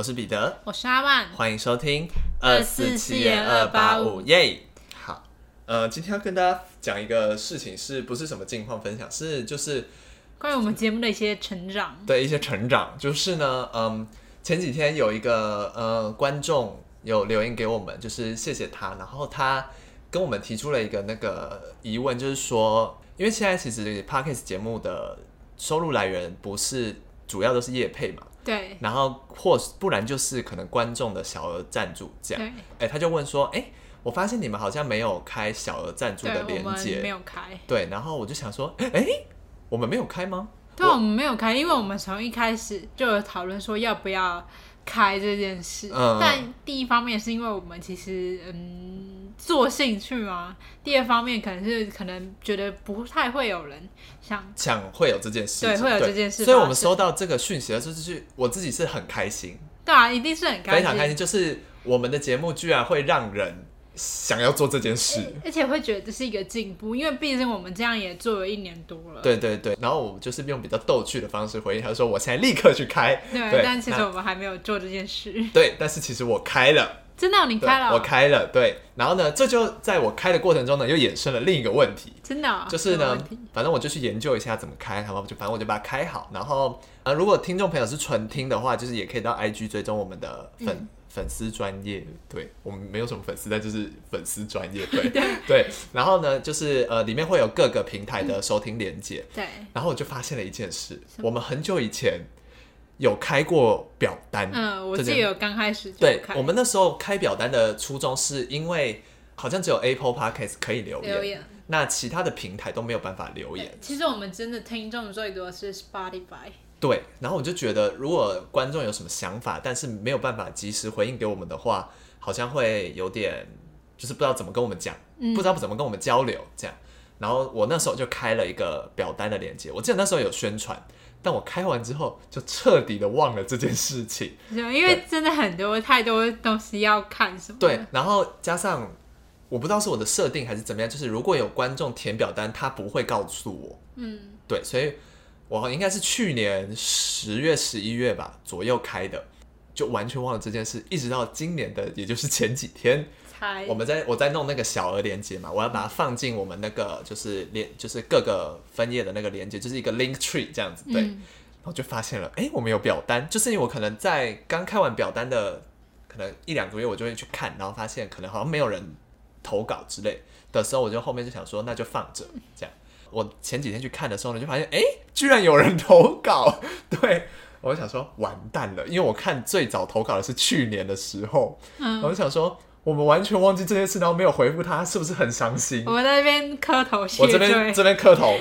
我是彼得， 我是阿曼， 欢迎收听247-285耶。好，今天要跟大家讲一个事情，是不是什么近况分享？就是关于我们节目的一些成长。 对，一些成长，就是呢，前几天有一个观众有留言给我们，就是谢谢他，然后他跟我们提出了一个那个疑问，就是说，因为现在其实 Podcast 节目的收入来源不是主要都是业配嘛。 对， 然后不然就是可能观众的小额赞助这样。他就问说，我发现你们好像没有开小额赞助的连结， 我们没有开。 对，然后我就想说，我们没有开吗？ 对，我们没有开，因为我们从一开始就有讨论说要不要开这件事。但第一方面是因为我们其实做兴趣嘛，第二方面可能觉得不太会有人想会有这件事情， 对，会有这件事， 所以我们收到这个讯息的时候，就是我自己是很开心， 对啊，一定是很开心， 非常开心，就是我们的节目居然会让人想要做这件事， 而且会觉得这是一个进步，因为毕竟我们这样也做了1年多了。 对对对，然后我就是用比较逗趣的方式回应他，说我现在立刻去开。 对，但其实我们还没有做这件事。 对，但是其实我开了。 真的你开了？ 我开了，对。然后呢，这就在我开的过程中呢，又衍生了另一个问题。 真的就是呢，反正我就去研究一下怎么开，然后反正我就把它开好。然后如果听众朋友是纯听的话，就是也可以到 IG 追踪我们的粉丝专页。对，我们没有什么粉丝，但就是粉丝专页。对对。然后呢，就是里面会有各个平台的收听连结。 对。 然后我就发现了一件事，我们很久以前有开过表单， 我记得有刚开始就有开。 对，我们那时候开表单的初衷是因为好像只有 Apple Podcast 可以留言，那其他的平台都没有办法留言。 其实我们真的听众最多是 Spotify。 对，然后我就觉得，如果观众有什么想法，但是没有办法及时回应给我们的话，好像会有点就是不知道怎么跟我们讲，不知道怎么跟我们交流这样。然后我那时候就开了一个表单的连结，我记得那时候有宣传。但我开完之后就彻底的忘了这件事情， 因为真的太多东西要看什么的。 对，然后加上我不知道是我的设定还是怎么样，就是如果有观众填表单，他不会告诉我。对，所以我应该是去年10月、11月吧左右开的，就完全忘了这件事，一直到今年的也就是前几天。我在弄那个小额连结嘛，我要把它放进我们那个就是各个分页的那个连结，就是一个 link tree 这样子，对。然后就发现了，我们有表单，就是因为我可能在刚开完表单的可能1-2个月，我就会去看，然后发现可能好像没有人投稿之类的时候，我就后面就想说那就放着这样。我前几天去看的时候呢，就发现居然有人投稿，对。我就想说完蛋了，因为我看最早投稿的是去年的时候，我就想说我们完全忘记这件事，然后没有回复他，是不是很伤心？ 我在那边磕头谢罪， 我这边磕头，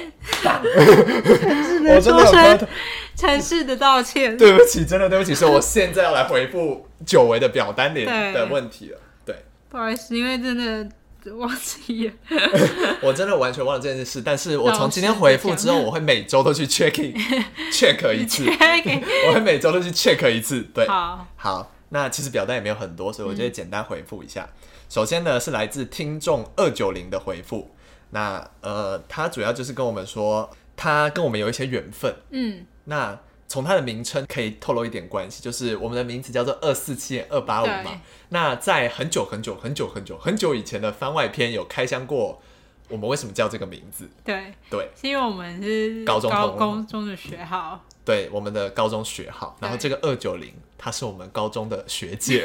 我真的有磕头，诚挚的道歉。 对不起，真的对不起，所以我现在要来回复久违的表单连的问题了。对， 不好意思，因为真的忘记了， 我真的完全忘了这件事。但是我从今天回复之后，我会每周都去 check 一次，我会每周都去 check 一次。对，好。那其实表单也没有很多，所以我就会简单回复一下。首先呢，是来自听众290的回复。那他主要就是跟我们说，他跟我们有一些缘分。那从他的名称可以透露一点关系，就是我们的名字叫做247-285嘛。那在很久以前的番外篇有开箱过我们为什么叫这个名字。 对，是因为我们是高中的学号。 对，我们的高中学号，然后这个290她是我们高中的学姐。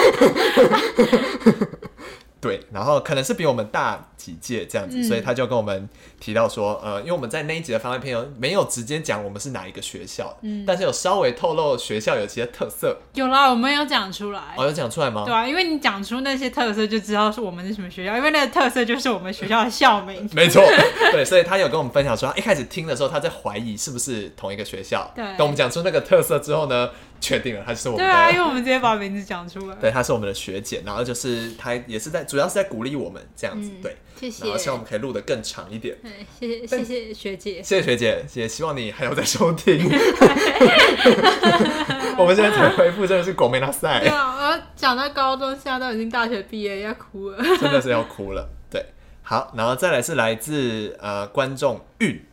对，然后可能是比我们大几届这样子，所以他就跟我们提到说，因为我们在那一集的番外篇没有直接讲我们是哪一个学校，但是有稍微透露学校有些特色。 有啦，我们有讲出来。 有讲出来吗？ 对啊，因为你讲出那些特色，就知道是我们是什么学校，因为那个特色就是我们学校的校名。 没错，对，所以他有跟我们分享说，他一开始听的时候，他在怀疑是不是同一个学校。 对， 等我们讲出那个特色之后呢，确定了他就是我们的。 对啊，因为我们直接把名字讲出来。 对，他是我们的学姐，然后就是他也是主要是在鼓励我们这样子，对， 谢谢。 然后希望我们可以录得更长一点。 谢谢学姐， 谢谢学姐，也希望你还有在收听。我们现在才回复，真的是狗没拿赛。 对啊，我讲到高中，现在都已经大学毕业，要哭了， 真的是要哭了。对，好，然后再来是来自观众韵，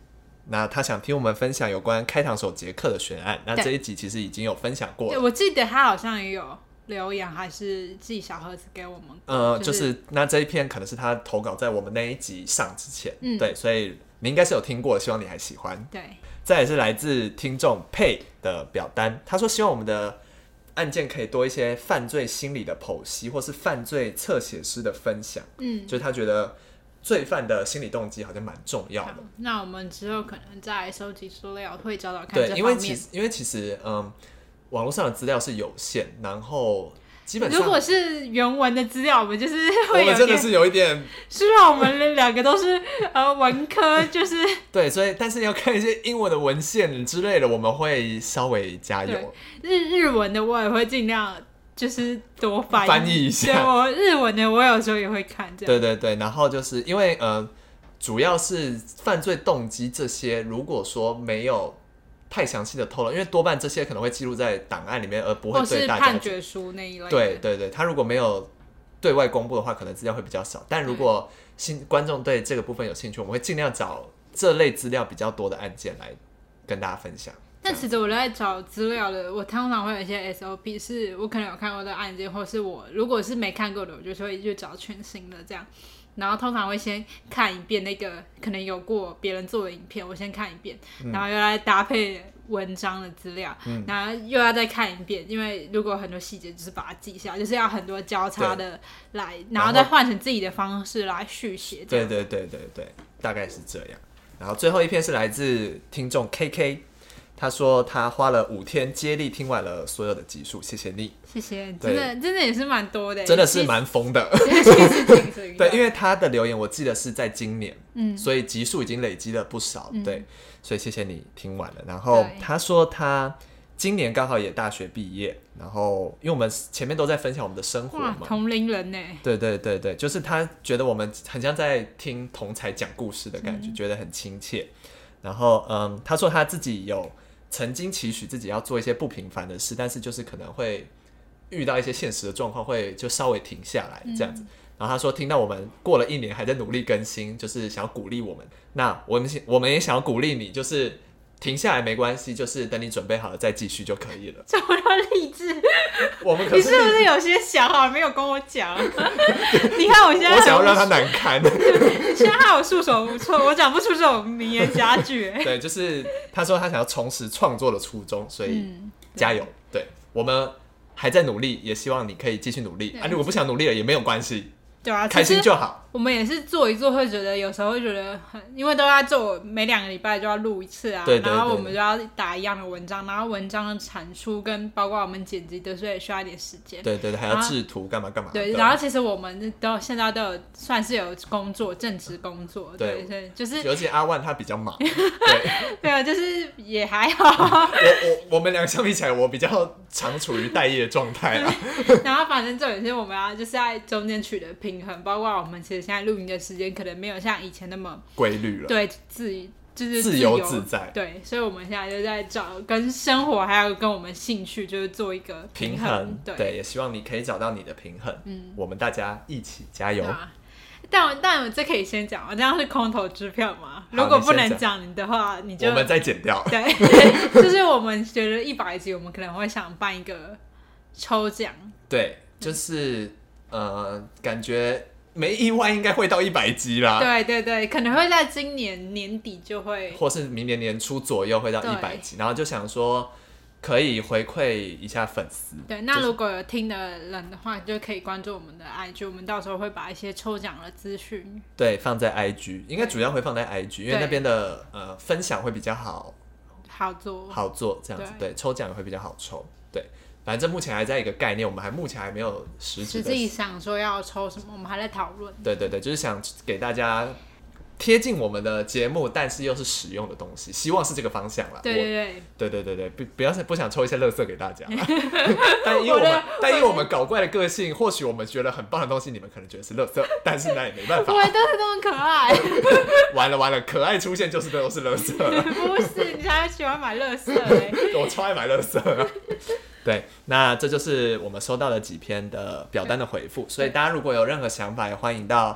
那他想听我们分享有关开膛手杰克的悬案。那这一集其实已经有分享过了， 我记得他好像也有留言还是寄小盒子给我们， 就是那这一篇可能是他投稿在我们那一集上之前，对，所以你应该是有听过，希望你还喜欢。 对， 再来是来自听众佩的表单，他说希望我们的案件可以多一些犯罪心理的剖析，或是犯罪侧写师的分享，就是他觉得罪犯的心理动机好像蛮重要的。 那我们之后可能在收集资料会找找看对， 这方面。 因为其实网络上的资料是有限，然后基本上如果是原文的资料，我们就是会有我们真的是有一点， 虽然我们两个都是文科，就是对，所以但是要看一些英文的文献之类的，我们会稍微加油。 日文的我也会尽量就是多翻译一下。 对，我日文的我有时候也会看这样。 对对对，然后就是因为主要是犯罪动机这些，如果说没有太详细的透露，因为多半这些可能会记录在档案里面，而不会对大家。 或是判决书那一类的。 对对对，他如果没有对外公布的话，可能资料会比较少。但如果观众对这个部分有兴趣，我们会尽量找这类资料比较多的案件来跟大家分享。 但其实我在找资料的，我通常会有一些 SOP， 是我可能有看过的案件，或是我如果是没看过的，我就会去找全新的这样。然后通常会先看一遍那个可能有过别人做的影片，我先看一遍，然后又来搭配文章的资料，然后又要再看一遍，因为如果很多细节就是把它记下来，就是要很多交叉的来，然后再换成自己的方式来续写。 对对对对对，大概是这样。然后最后一篇是来自听众 KK。他说他花了5天接力听完了所有的集数，谢谢你， 谢谢，真的也是蛮多的， 真的是蛮疯的。对，因为他的留言我记得是在今年，所以集数已经累积了不少，对，所以谢谢你听完了。然后他说他今年刚好也大学毕业，然后因为我们前面都在分享我们的生活嘛， 同龄人呢， 对对对对，就是他觉得我们很像在听同才讲故事的感觉，觉得很亲切。然后他说他自己有曾经期许自己要做一些不平凡的事，但是就是可能会遇到一些现实的状况，会就稍微停下来这样子。然后他说听到我们过了1年还在努力更新，就是想要鼓励我们。那我们也想要鼓励你，就是停下来没关系，就是等你准备好了再继续就可以了。 这么励志， 你是不是有些想法没有跟我讲？你看我现在我想要让他难堪， 现在害我束手无策，我讲不出这种名言佳句。 对，就是他说他想要重拾创作的初衷，所以加油。对，我们还在努力，也希望你可以继续努力。如果不想努力了也没有关系。 对啊， 开心就好。 我们也是做一做，会觉得有时候会觉得因为都在做，每2个礼拜就要录一次啊， 对对对， 然后我们就要打一样的文章，然后文章的产出跟包括我们剪辑的，所以也需要一点时间。 对对对，还要制图干嘛干嘛。 对，然后其实我们现在都有算是有工作，正职工作。对对，就是尤其阿万他比较忙。对对啊，就是也还好。 我们俩相比起来，我比较常处于待业状态啦。 然后反正有些我们要就是在中间取得平衡，包括我们其实现在录音的时间可能没有像以前那么规律了， 对，就是自由自在， 对，所以我们现在就在找跟生活还有跟我们兴趣就是做一个平衡，对，也希望你可以找到你的平衡，我们大家一起加油。 但我这可以先讲，我这样是空头支票嘛？如果不能讲的话，你就我们再剪掉。 对，就是我们觉得100集，我们可能会想办一个抽奖， 对，就是感觉没意外应该会到100集啦。 对对对，可能会在今年年底就会， 或是明年年初左右会到100集，然后就想说可以回馈一下粉丝。 对，那如果有听的人的话，就可以关注我们的 IG， 我们到时候会把一些抽奖的资讯对放在 IG， 应该主要会放在 IG， 因为那边的分享会比较好做这样子。对，抽奖也会比较好抽。对。反正目前还在一个概念，我们目前还没有实际想说要抽什么，我们还在讨论。 对对对，就是想给大家贴近我们的节目，但是又是实用的东西，希望是这个方向啦。 对， 不想抽一些垃圾给大家。但因为我们搞怪的个性，或许我们觉得很棒的东西，你们可能觉得是垃圾，但是那也没办法。 我们都是那么可爱。 完了，可爱出现就是都是垃圾。 不是，你才喜欢买垃圾欸。 我超爱买垃圾啊。对，那这就是我们收到的几篇的表单的回复，所以大家如果有任何想法，也欢迎到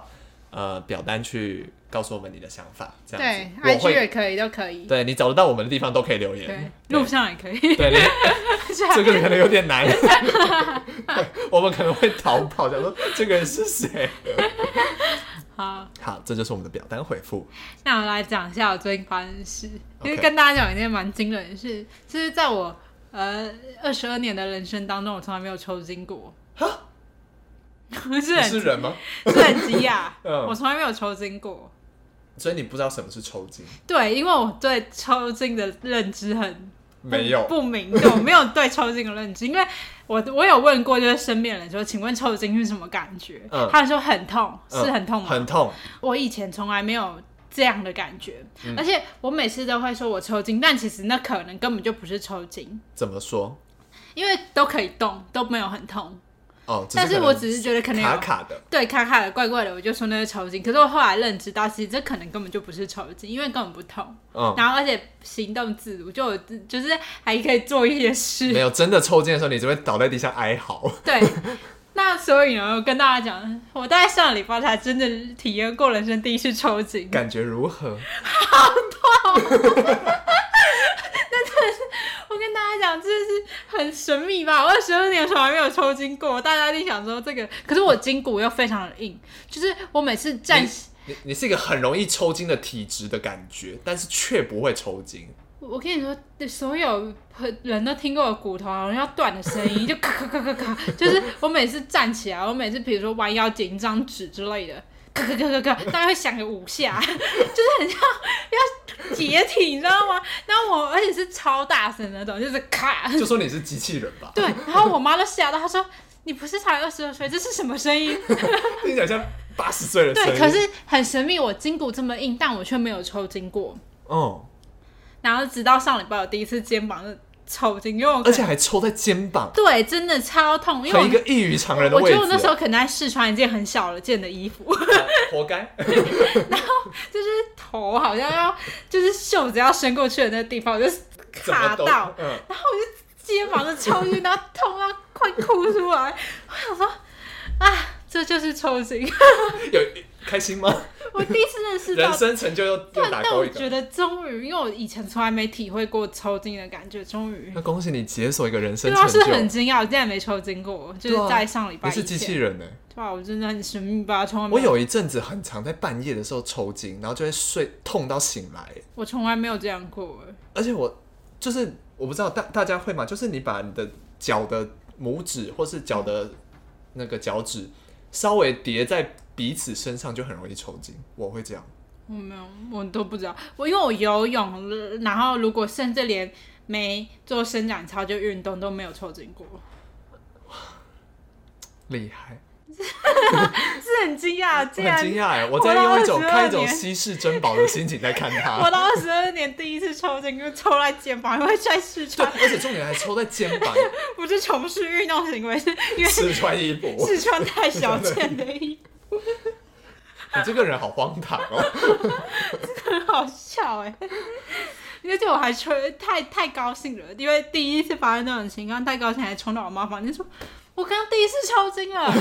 表单去告诉我们你的想法，这样子。 对 ，IG 也可以，都可以。 对，你找得到我们的地方都可以留言。 对，路上也可以。 对，这个可能有点难。我们可能会逃跑，想说这个人是谁。好，这就是我们的表单回复。 那我来讲一下我最近发生的事，因为跟大家讲一件蛮惊人的事，就是在我22年的人生当中，我从来没有抽筋过。 你是人吗？ 是很惊讶。我从来没有抽筋过， 所以你不知道什么是抽筋？ 对，因为我对抽筋的认知很没有不明，对，我没有对抽筋的认知，因为我有问过，就是身边的人说，请问抽筋是什么感觉？他们说很痛，是很痛吗？ 很痛。我以前从来没有这样的感觉，而且我每次都会说我抽筋，但其实那可能根本就不是抽筋。 怎么说？ 因为都可以动，都没有很痛。但是我只是觉得可能卡卡的， 对，卡卡的，怪怪的，我就说那是抽筋。可是我后来认知到，其实这可能根本就不是抽筋，因为根本不痛。然后而且行动自如，就是还可以做一些事。 没有真的抽筋的时候，你只会倒在地上哀嚎。 对，那所以呢，我跟大家讲，我大概上礼拜才真的体验过人生第一次抽筋， 感觉如何？ 好痛！我跟大家讲，真的是很神秘吧？我22年从来没有抽筋过，大家一定想说这个，可是我筋骨又非常的硬，就是我每次站起， 你是一个很容易抽筋的体质的感觉，但是却不会抽筋。 我跟你说，所有人都听过我骨头好像要断的声音，就咔咔咔咔咔，就是我每次站起来，我每次比如说弯腰捡一张纸之类的。咔咔咔咔咔，大概会响个5下，就是很像要解体，你知道吗？然后而且是超大声的那种，就是咔， 就说你是机器人吧？ 对，然后我妈都吓到，她说：“你不是才22岁，这是什么声音？” 听起来像80岁的声音。 对，可是很神秘，我筋骨这么硬，但我却没有抽筋过。然后直到上礼拜，我第一次肩膀抽筋，因为而且还抽在肩膀， 对，真的超痛，因为一个异于常人的位置。 我觉得我那时候可能在试穿一件很小件的衣服， 活该。 然后就是头好像就是袖子要伸过去的那个地方，我就卡到，然后我就肩膀就抽筋，然后痛到快哭出来。我想说这就是抽筋。 有开心吗？ 我第一次认识到人生成就又打勾一个。 但我觉得终于，因为我以前从来没体会过抽筋的感觉，终于。 那恭喜你解锁一个人生成就。 对啊，是很惊讶，我竟然没抽筋过，就是在上礼拜以前。 你是机器人呢？ 对啊，我真的很神秘吧，从来没有。我有一阵子很常在半夜的时候抽筋，然后就会痛到醒来。 我从来没有这样过。 而且我不知道大家会吗？就是你把你的脚的拇指或是脚的那个脚趾稍微叠在彼此身上，就很容易抽筋。我会这样。 我没有，我都不知道。因为我游泳，然后如果甚至连没做伸展操就运动都没有抽筋过。 厉害。 是很惊讶，很惊讶！我在用看一种稀世珍宝的心情在看它。 我到22年第一次抽筋，就抽在肩膀，因为在试穿， 而且重点还抽在肩膀， 不是从事运动行为，是因为试穿衣服， 试穿太小件的衣服。 你这个人好荒唐哦， 真的很好笑哎！而且我还太高兴了，因为第一次发生那种情况，太高兴，还冲到我妈房间说。我刚刚第一次抽筋了，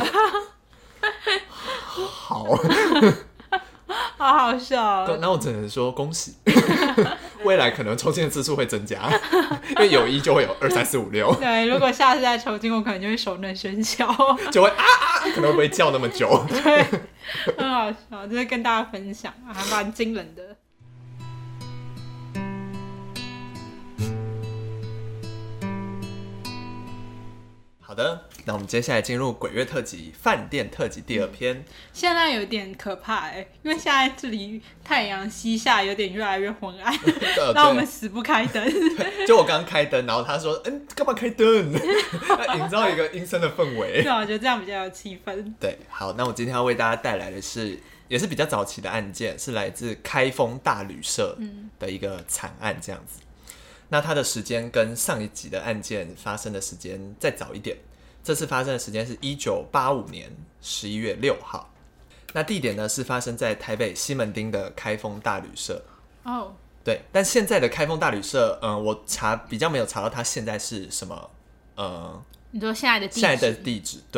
好好笑。 那我只能说恭喜，未来可能抽筋的次数会增加，因为有1就会有2、3、4、5、6。 对，如果下次再抽筋，我可能就会熟能生巧， 就会可能不会叫那么久。 对，很好笑，就是跟大家分享，还蛮惊人的。 好的，那我们接下来进入鬼月特辑饭店特辑第2篇。 现在有点可怕因为现在这里太阳西下，有点越来越昏暗，然后我们死不开灯。 就我刚刚开灯，然后他说：“干嘛开灯？”营造一个阴森的氛围。 对，我觉得这样比较有气氛。 对，好，那我今天要为大家带来的是，也是比较早期的案件，是来自开封大旅社的一个惨案，这样子。那它的时间跟上一集的案件发生的时间再早一点，这次发生的时间是1985年11月6号。那地点呢是发生在台北西门町的开封大旅社。对，但现在的开封大旅社，我比较没有查到它现在是什么， 你说现在的地址？ 现在的地址，对，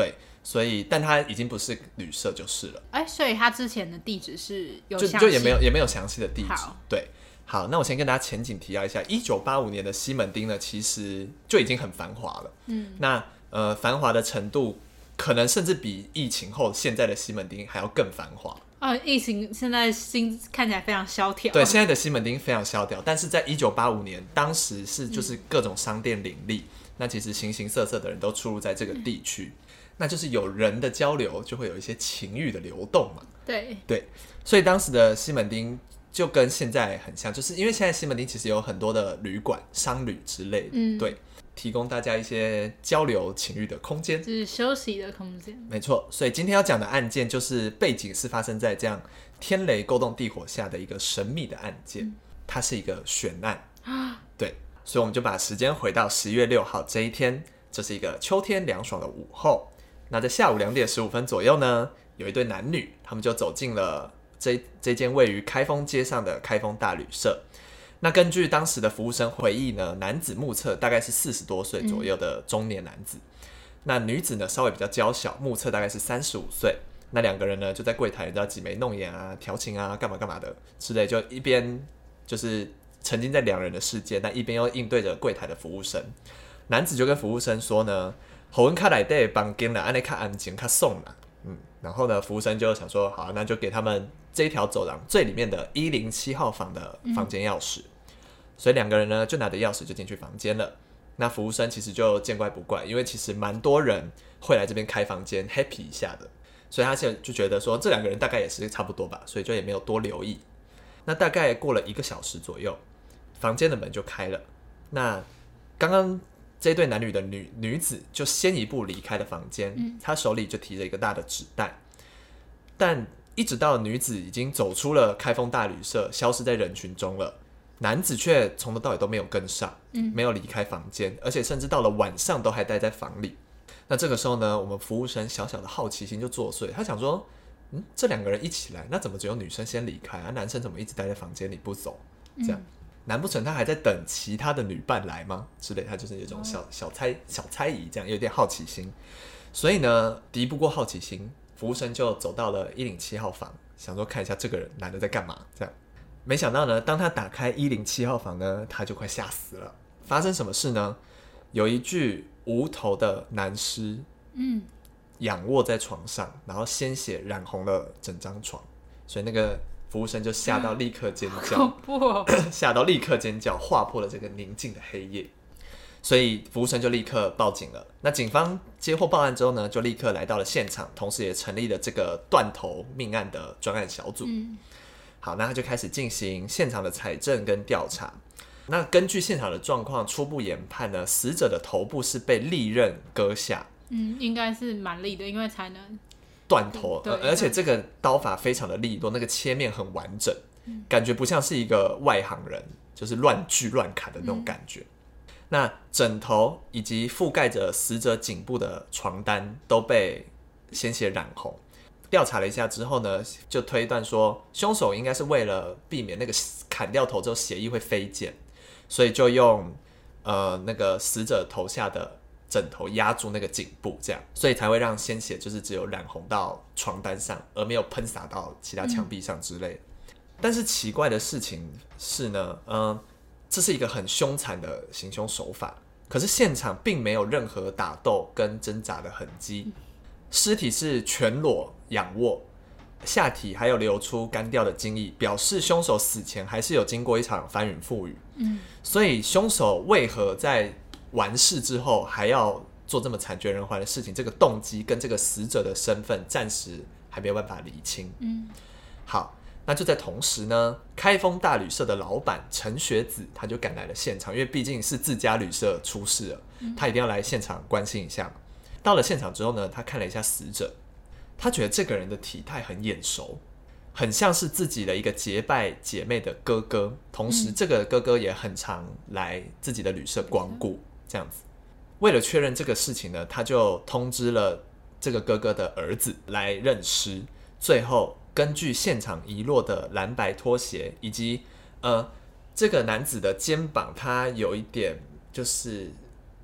所以但他已经不是旅社就是了。 所以他之前的地址是有详细就也没有详细的地址。对，好，那我先跟大家前景提要一下，1985年的西门町呢，其实就已经很繁华了。那繁华的程度可能甚至比疫情后现在的西门町还要更繁华。 疫情现在看起来非常萧条。 对，现在的西门町非常萧条，但是在1985年，当时是就是各种商店林立，那其实形形色色的人都出入在这个地区，那就是有人的交流，就会有一些情欲的流动嘛。对，所以当时的西门町就跟现在很像，就是因为现在西门町其实有很多的旅馆、商旅之类的，对，提供大家一些交流情欲的空间， 就是休息的空间。 没错，所以今天要讲的案件就是背景是发生在这样天雷勾动地火下的一个神秘的案件，它是一个悬案。对，所以我们就把时间回到11月6号这一天，这是一个秋天凉爽的午后。那在下午2点15分左右呢，有一对男女，他们就走进了这间位于开封街上的开封大旅社。那根据当时的服务生回忆呢，男子目测大概是40多岁左右的中年男子，那女子呢稍微比较娇小，目测大概是35岁。那两个人呢就在柜台，你知道挤眉弄眼啊、调情啊、干嘛干嘛的之类，就一边就是沉浸在两人的世界，但一边又应对着柜台的服务生。男子就跟服务生说呢，后门卡内底的房间啦，安尼较安静较爽啦。然后呢，服务生就想说，好，那就给他们这一条走廊最里面的107号房的房间钥匙。所以两个人呢就拿着钥匙就进去房间了。那服务生其实就见怪不怪，因为其实蛮多人会来这边开房间 happy 一下的，所以他现在就觉得说这两个人大概也是差不多吧，所以就也没有多留意。那大概过了1个小时左右，房间的门就开了。那刚刚这对男女的女子就先一步离开了房间，她手里就提着一个大的纸袋，但一直到女子已经走出了开封大旅社，消失在人群中了，男子却从头到尾都没有跟上，没有离开房间，而且甚至到了晚上都还待在房里。那这个时候呢，我们服务生小小的好奇心就作祟，他想说，这两个人一起来，那怎么只有女生先离开啊？男生怎么一直待在房间里不走？这样，难不成他还在等其他的女伴来吗？之类，他就是有一种小猜疑，这样有点好奇心。所以呢，敌不过好奇心，服务生就走到了107号房，想说看一下这个人男的在干嘛。这样，没想到呢，当他打开107号房呢，他就快吓死了。发生什么事呢？有一具无头的男尸，仰卧在床上，然后鲜血染红了整张床，所以那个服务生就吓到立刻尖叫， 恐怖哦！ 吓到立刻尖叫，划破了这个宁静的黑夜。所以服务生就立刻报警了。那警方接获报案之后呢，就立刻来到了现场，同时也成立了这个断头命案的专案小组。好，那他就开始进行现场的采证跟调查。那根据现场的状况，初步研判呢，死者的头部是被利刃割下。 应该是蛮利的，因为才能断头，而且这个刀法非常的利落，那个切面很完整，感觉不像是一个外行人，就是乱锯乱砍的那种感觉。那枕头以及覆盖着死者颈部的床单都被鲜血染红。调查了一下之后呢，就推断说凶手应该是为了避免那个砍掉头之后血液会飞溅，所以就用那个死者头下的枕头压住那个颈部，这样，所以才会让鲜血就是只有染红到床单上，而没有喷洒到其他墙壁上之类的。但是奇怪的事情是呢，这是一个很凶残的行凶手法，可是现场并没有任何打斗跟挣扎的痕迹，尸体是全裸仰卧，下体还有流出干掉的精液，表示凶手死前还是有经过一场翻云覆雨。所以凶手为何在完事之后还要做这么惨绝人寰的事情，这个动机跟这个死者的身份暂时还没有办法厘清。好，那就在同时呢，开封大旅社的老板陈学子他就赶来了现场，因为毕竟是自家旅社出事了，他一定要来现场关心一下。到了现场之后呢，他看了一下死者，他觉得这个人的体态很眼熟，很像是自己的一个结拜姐妹的哥哥，同时这个哥哥也很常来自己的旅社光顾，这样子。为了确认这个事情呢，他就通知了这个哥哥的儿子来认尸。最后根据现场遗落的蓝白拖鞋以及这个男子的肩膀，他有一点就是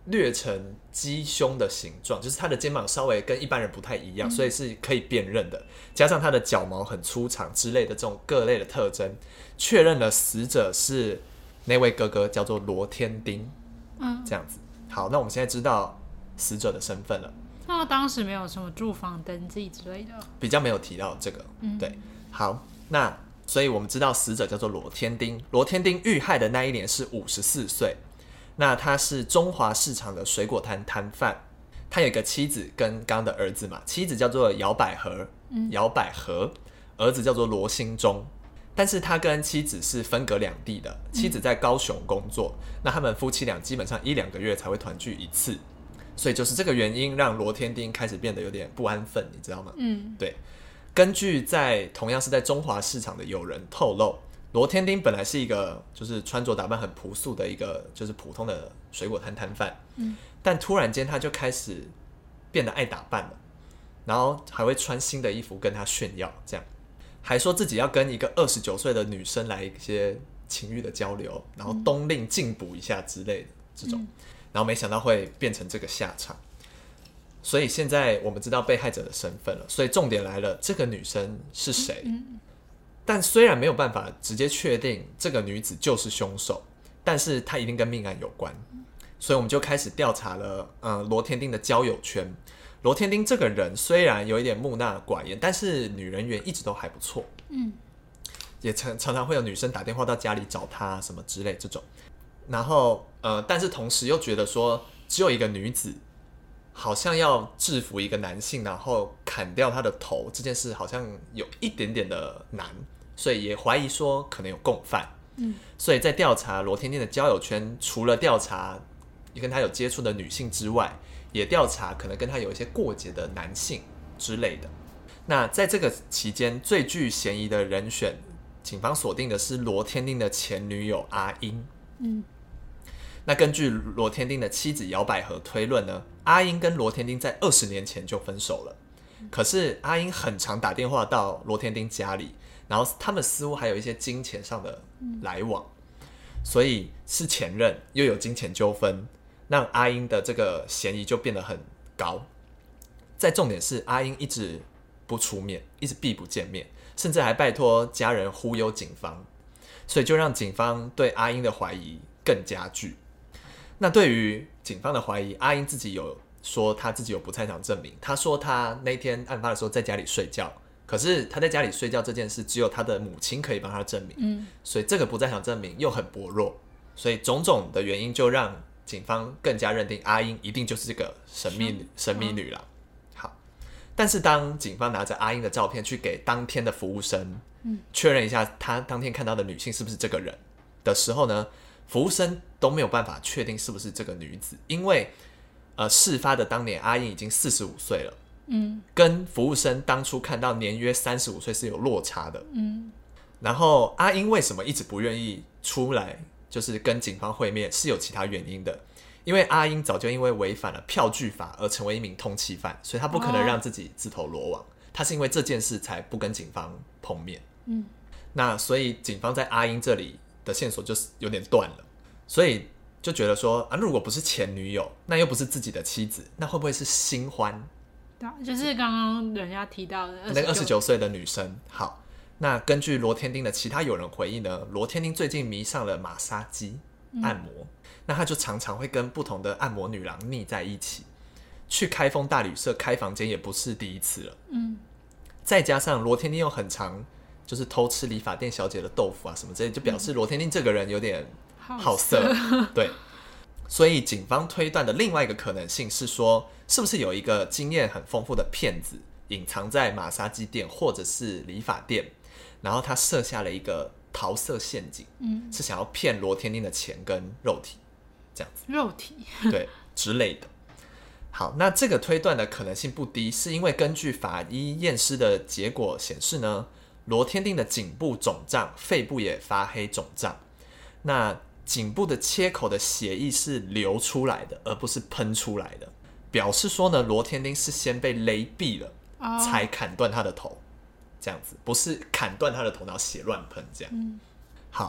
略成鸡胸的形状，就是他的肩膀稍微跟一般人不太一样，所以是可以辨认的。加上他的脚毛很粗长之类的这种各类的特征，确认了死者是那位哥哥，叫做罗天丁。这样子。好，那我们现在知道死者的身份了。 那当时没有什么住房登记之类的， 比较没有提到这个。对，好，那所以我们知道死者叫做罗天丁。罗天丁遇害的那一年是54岁。那他是中华市场的水果摊摊贩，他有一个妻子跟刚刚的儿子嘛，妻子叫做姚百合，儿子叫做罗兴忠。但是他跟妻子是分隔两地的，妻子在高雄工作，那他们夫妻俩基本上1-2个月才会团聚一次，所以就是这个原因让罗天丁开始变得有点不安分，你知道吗？对。根据同样是在中华市场的友人透露，罗天丁本来是一个就是穿着打扮很朴素的一个就是普通的水果摊摊贩，但突然间他就开始变得爱打扮了，然后还会穿新的衣服跟他炫耀，这样还说自己要跟一个29岁的女生来一些情欲的交流，然后冬令进补一下之类的这种，然后没想到会变成这个下场。所以现在我们知道被害者的身份了，所以重点来了，这个女生是谁？但虽然没有办法直接确定这个女子就是凶手，但是她一定跟命案有关，所以我们就开始调查了罗天丁的交友圈。罗天丁这个人虽然有一点木讷寡言，但是女人缘一直都还不错，也常常会有女生打电话到家里找他什么之类这种。然后但是同时又觉得说，只有一个女子好像要制服一个男性，然后砍掉他的头这件事好像有一点点的难，所以也怀疑说可能有共犯。所以在调查罗天丁的交友圈，除了调查跟他有接触的女性之外，也调查可能跟他有一些过节的男性之类的。那在这个期间，最具嫌疑的人选，警方锁定的是罗天丁的前女友阿英。那根据罗天丁的妻子姚百合推论呢，阿英跟罗天丁在20年前就分手了。可是阿英很常打电话到罗天丁家里，然后他们似乎还有一些金钱上的来往，所以是前任又有金钱纠纷，让阿英的这个嫌疑就变得很高。再重点是阿英一直不出面，一直避不见面，甚至还拜托家人忽悠警方，所以就让警方对阿英的怀疑更加剧。那对于警方的怀疑，阿英自己有说他自己有不在场证明。他说他那天案发的时候在家里睡觉，可是他在家里睡觉这件事只有他的母亲可以帮他证明，所以这个不在场证明又很薄弱，所以种种的原因就让警方更加认定阿英一定就是这个神秘女郎。好，但是当警方拿着阿英的照片去给当天的服务生确认一下他当天看到的女性是不是这个人的时候呢，服务生都没有办法确定是不是这个女子，因为事发的当年阿英已经45岁了，跟服务生当初看到年约35岁是有落差的。然后阿英为什么一直不愿意出来就是跟警方会面，是有其他原因的。因为阿英早就因为违反了票据法而成为一名通缉犯，所以他不可能让自己自投罗网，他是因为这件事才不跟警方碰面。那所以警方在阿英这里的线索就是有点断了，所以就觉得说如果不是前女友，那又不是自己的妻子，那会不会是新欢？ 就是刚刚人家提到的那个29岁的女生。好，那根据罗天丁的其他友人回忆呢，罗天丁最近迷上了马杀鸡按摩，那他就常常会跟不同的按摩女郎腻在一起，去开封大旅社开房间也不是第一次了。再加上罗天丁又很常就是偷吃理发店小姐的豆腐啊什么之类，就表示罗天丁这个人有点好色。对，所以警方推断的另外一个可能性是说，是不是有一个经验很丰富的骗子隐藏在马杀鸡店或者是理发店，然后他设下了一个桃色陷阱，是想要骗罗天丁的钱跟肉体，这样子。 肉体对之类的。好，那这个推断的可能性不低，是因为根据法医验尸的结果显示呢，罗天丁的颈部肿胀，肺部也发黑肿胀。那颈部的切口的血液是流出来的，而不是喷出来的，表示说呢，罗天丁是先被勒毙了，才砍断他的头，这样子，不是砍断他的头然后血乱喷这样。好，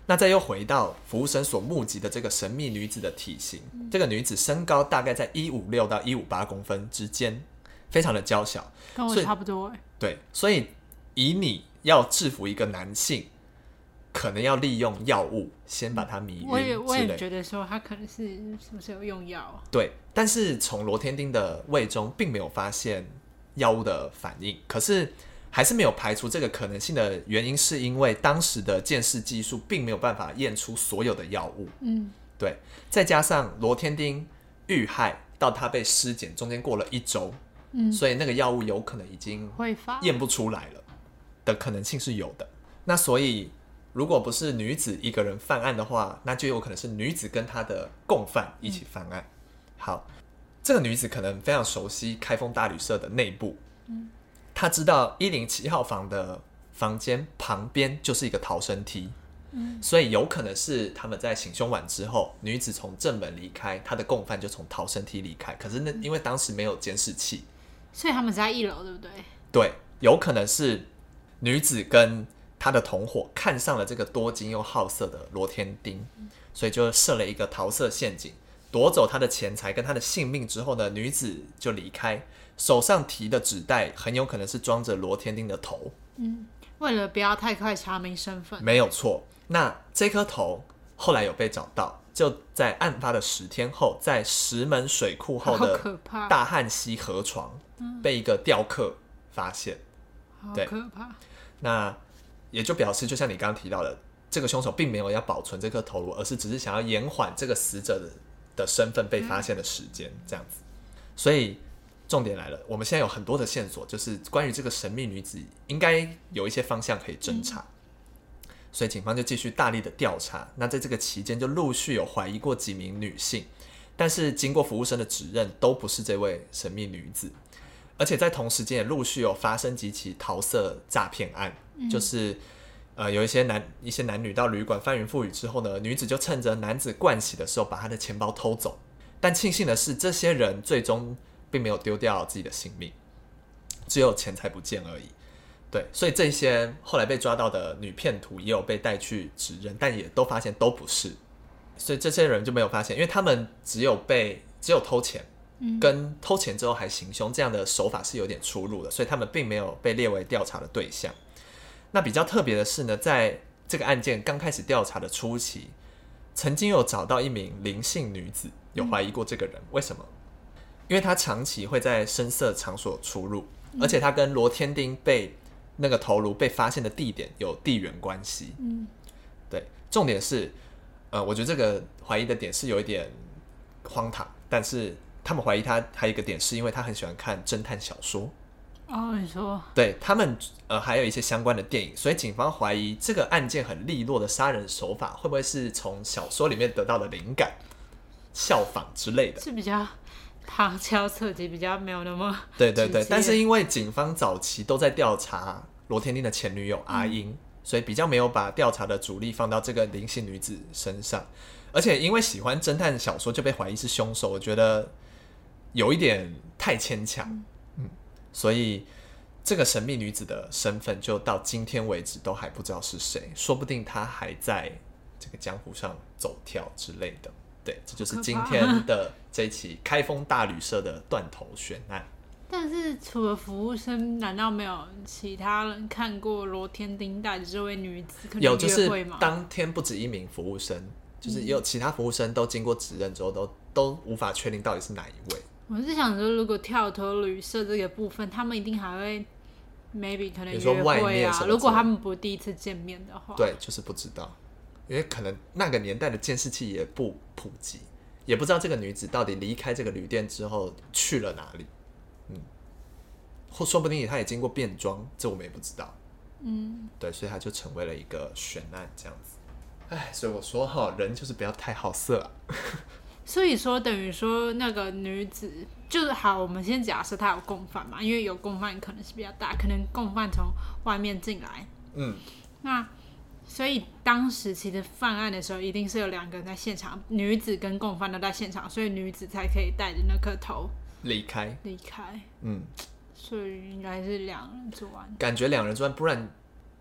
那再又回到服务生所目击的这个神秘女子的体型，这个女子身高大概在156到158公分之间，非常的娇小， 跟我差不多。 对，所以以你要制服一个男性，可能要利用药物先把他迷晕之类。 我也觉得说他可能是不是有用药？ 对，但是从罗天丁的胃中并没有发现药物的反应，可是还是没有排除这个可能性的原因，是因为当时的鉴识技术并没有办法验出所有的药物。对，再加上罗天丁遇害到他被尸检中间过了1周，所以那个药物有可能已经验不出来了的可能性是有的。那所以如果不是女子一个人犯案的话，那就有可能是女子跟她的共犯一起犯案。好，这个女子可能非常熟悉开封大旅社的内部，她知道107号房的房间旁边就是一个逃生梯，所以有可能是他们在行凶完之后，女子从正门离开，她的共犯就从逃生梯离开。可是因为当时没有监视器， 所以他们在1楼，对不对？ 对，有可能是女子跟她的同伙看上了这个多金又好色的罗天丁，所以就设了一个桃色陷阱，夺走他的钱财跟他的性命之后呢，女子就离开，手上提的纸袋很有可能是装着罗天丁的头。 为了不要太快查明身份。 没有错。那这颗头后来有被找到，就在案发的10天后，在石门水库后的大汉溪河床被一个雕刻发现。 好可怕。 那也就表示，就像你刚刚提到的，这个凶手并没有要保存这颗头颅，而是只是想要延缓这个死者的身份被发现的时间，这样子。所以重点来了，我们现在有很多的线索，就是关于这个神秘女子应该有一些方向可以侦查，所以警方就继续大力的调查。那在这个期间，就陆续有怀疑过几名女性，但是经过服务生的指认，都不是这位神秘女子。而且在同时间也陆续有发生几起桃色诈骗案，就是有一些男女到旅馆翻云覆雨之后呢，女子就趁着男子盥洗的时候把他的钱包偷走。但庆幸的是，这些人最终并没有丢掉自己的性命，只有钱财不见而已。对，所以这些后来被抓到的女骗徒也有被带去指认，但也都发现都不是。所以这些人就没有发现，因为他们只有偷钱，跟偷钱之后还行凶这样的手法是有点出入的，所以他们并没有被列为调查的对象。那比较特别的是呢，在这个案件刚开始调查的初期，曾经有找到一名林姓女子，有怀疑过这个人。为什么？因为她长期会在声色场所出入，而且她跟罗天丁被那个头颅被发现的地点有地缘关系。对，重点是我觉得这个怀疑的点是有一点荒唐，但是他们怀疑他还有一个点是因为他很喜欢看侦探小说。 你说。 对，他们还有一些相关的电影，所以警方怀疑这个案件很利落的杀人手法会不会是从小说里面得到的灵感效仿之类的， 是比较旁敲侧击，比较没有那么对，但是因为警方早期都在调查罗天丁的前女友阿英，所以比较没有把调查的主力放到这个林姓女子身上，而且因为喜欢侦探小说就被怀疑是凶手，我觉得有一点太牵强。所以这个神秘女子的身份就到今天为止都还不知道是谁，说不定她还在这个江湖上走跳之类的。对，这就是今天的这一起开封大旅社的断头悬案。 但是除了服务生，难道没有其他人看过罗天丁带着这位女子可能约会吗？ 有，就是当天不止一名服务生，就是也有其他服务生都经过指认之后都无法确定到底是哪一位。 我是想说，如果跳脱旅社这个部分，他们一定还会 maybe 可能约会啊。如果他们不第一次见面的话， 对，就是不知道，因为可能那个年代的监视器也不普及，也不知道这个女子到底离开这个旅店之后去了哪里。或说不定她也经过变装，这我们也不知道。对，所以她就成为了一个悬案这样子。所以我说人就是不要太好色啊。 所以说，等于说那个女子就是好，我们先假设她有共犯嘛，因为有共犯可能是比较大，可能共犯从外面进来。那所以当时其实犯案的时候，一定是有2个人在现场，女子跟共犯都在现场，所以女子才可以带着那颗头离开。所以应该是2人作案， 感觉2人作案，不然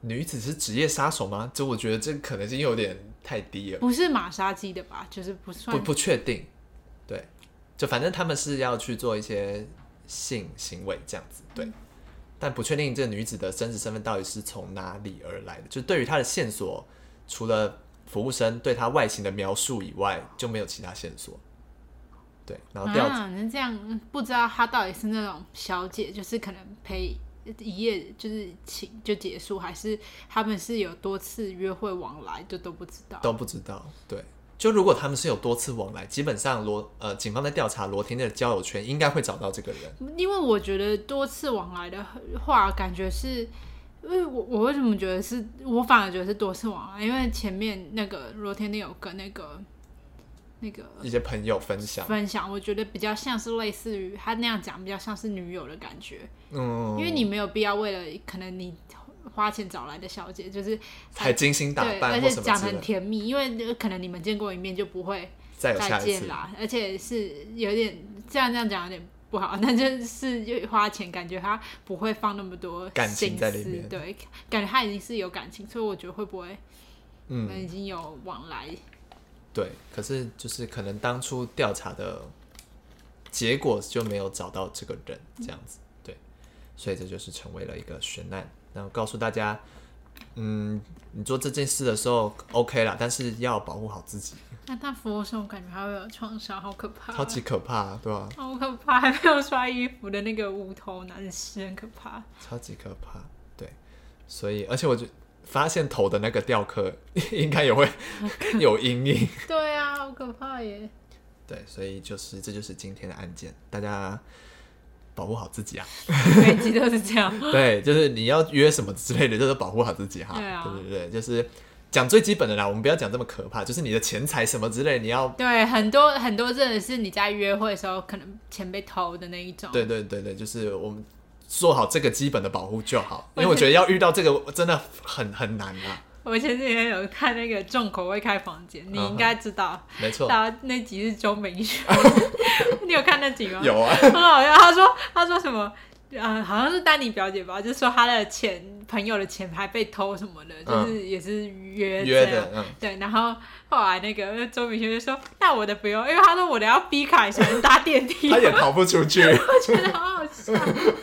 女子是职业杀手吗？就我觉得这可能性有点太低了。 不是马杀鸡的吧？就是不算不确定。对，就反正他们是要去做一些性行为这样子，对。但不确定这个女子的真实身份到底是从哪里而来的，就对于她的线索，除了服务生对她外形的描述以外，就没有其他线索。对，然后那这样不知道她到底是那种小姐，就是可能陪一夜就是就结束，还是他们是有多次约会往来，就都不知道。 都不知道，对。就如果他们是有多次往来，基本上警方在调查罗天的交友圈，应该会找到这个人。 因为我觉得多次往来的话，感觉是，因为我为什么觉得是，我反而觉得是多次往来，因为前面那个罗天有跟那个一些朋友分享， 我觉得比较像是类似于他那样讲，比较像是女友的感觉。因为你没有必要为了可能你花钱找来的小姐，就是还精心打扮， 而且讲得很甜蜜，因为可能你们见过一面就不会再见啦，而且是有点这样讲有点不好，但就是花钱，感觉他不会放那么多感情在里面， 对，感觉他已经是有感情，所以我觉得会不会已经有往来。 对，可是就是可能当初调查的结果就没有找到这个人，这样子，对，所以这就是成为了一个悬案。然后告诉大家，你做这件事的时候 OK 啦，但是要保护好自己。 那服务生我感觉还会有创伤，好可怕， 超级可怕，对吧？ 好可怕，还没有刷衣服的那个无头男士很可怕， 超级可怕，对。所以，而且我觉得发现头的那个雕刻应该也会有阴影。 对啊，好可怕耶。 对，所以这就是今天的案件，大家保护好自己啊！ 每集都是这样。 对，就是你要约什么之类的，就是保护好自己哈。 对啊， 对，就是讲最基本的啦，我们不要讲这么可怕，就是你的钱财什么之类，你要对很多真的是你在约会的时候可能钱被偷的那一种。 对，就是我们做好这个基本的保护就好，因为我觉得要遇到这个真的很难啊。 我前几天有看那个重口味开房间，你应该知道， 没错。 那集是周明轩，你有看那集吗？ 有啊， 很好笑。他说什么？好像是丹妮表姐吧，就说他的朋友的钱还被偷什么的，就是也是约的， 对。然后后来那个周明轩就说：“那我的不用，因为他说我的要逼卡才能搭电梯。” 他也逃不出去。 我觉得好好笑。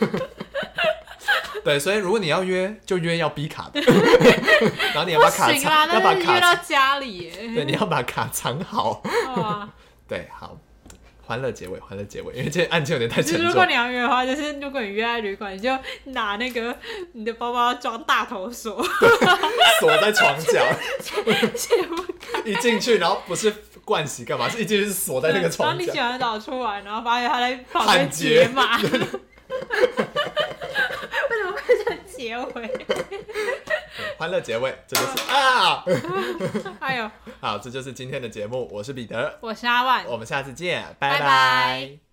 对，所以如果你要约，就约要逼卡的，然后你要把卡藏， 要把卡约到家里耶。 对，你要把卡藏好。 哇， 对，好，欢乐结尾，因为这案件有点太沉重。 如果你要约的话，就是如果你约在旅馆，你就拿那个你的包包装大头锁， 锁在床角，一进去，然后不是盥洗干嘛？是一进去是锁在那个床角， 然后你洗完澡出来，然后发现他在旁边解码。为什么会这结尾？ 欢乐结尾，这就是啊！ 哎呦， 好，这就是今天的节目。我是彼得， 我是阿万， 我们下次见，拜拜。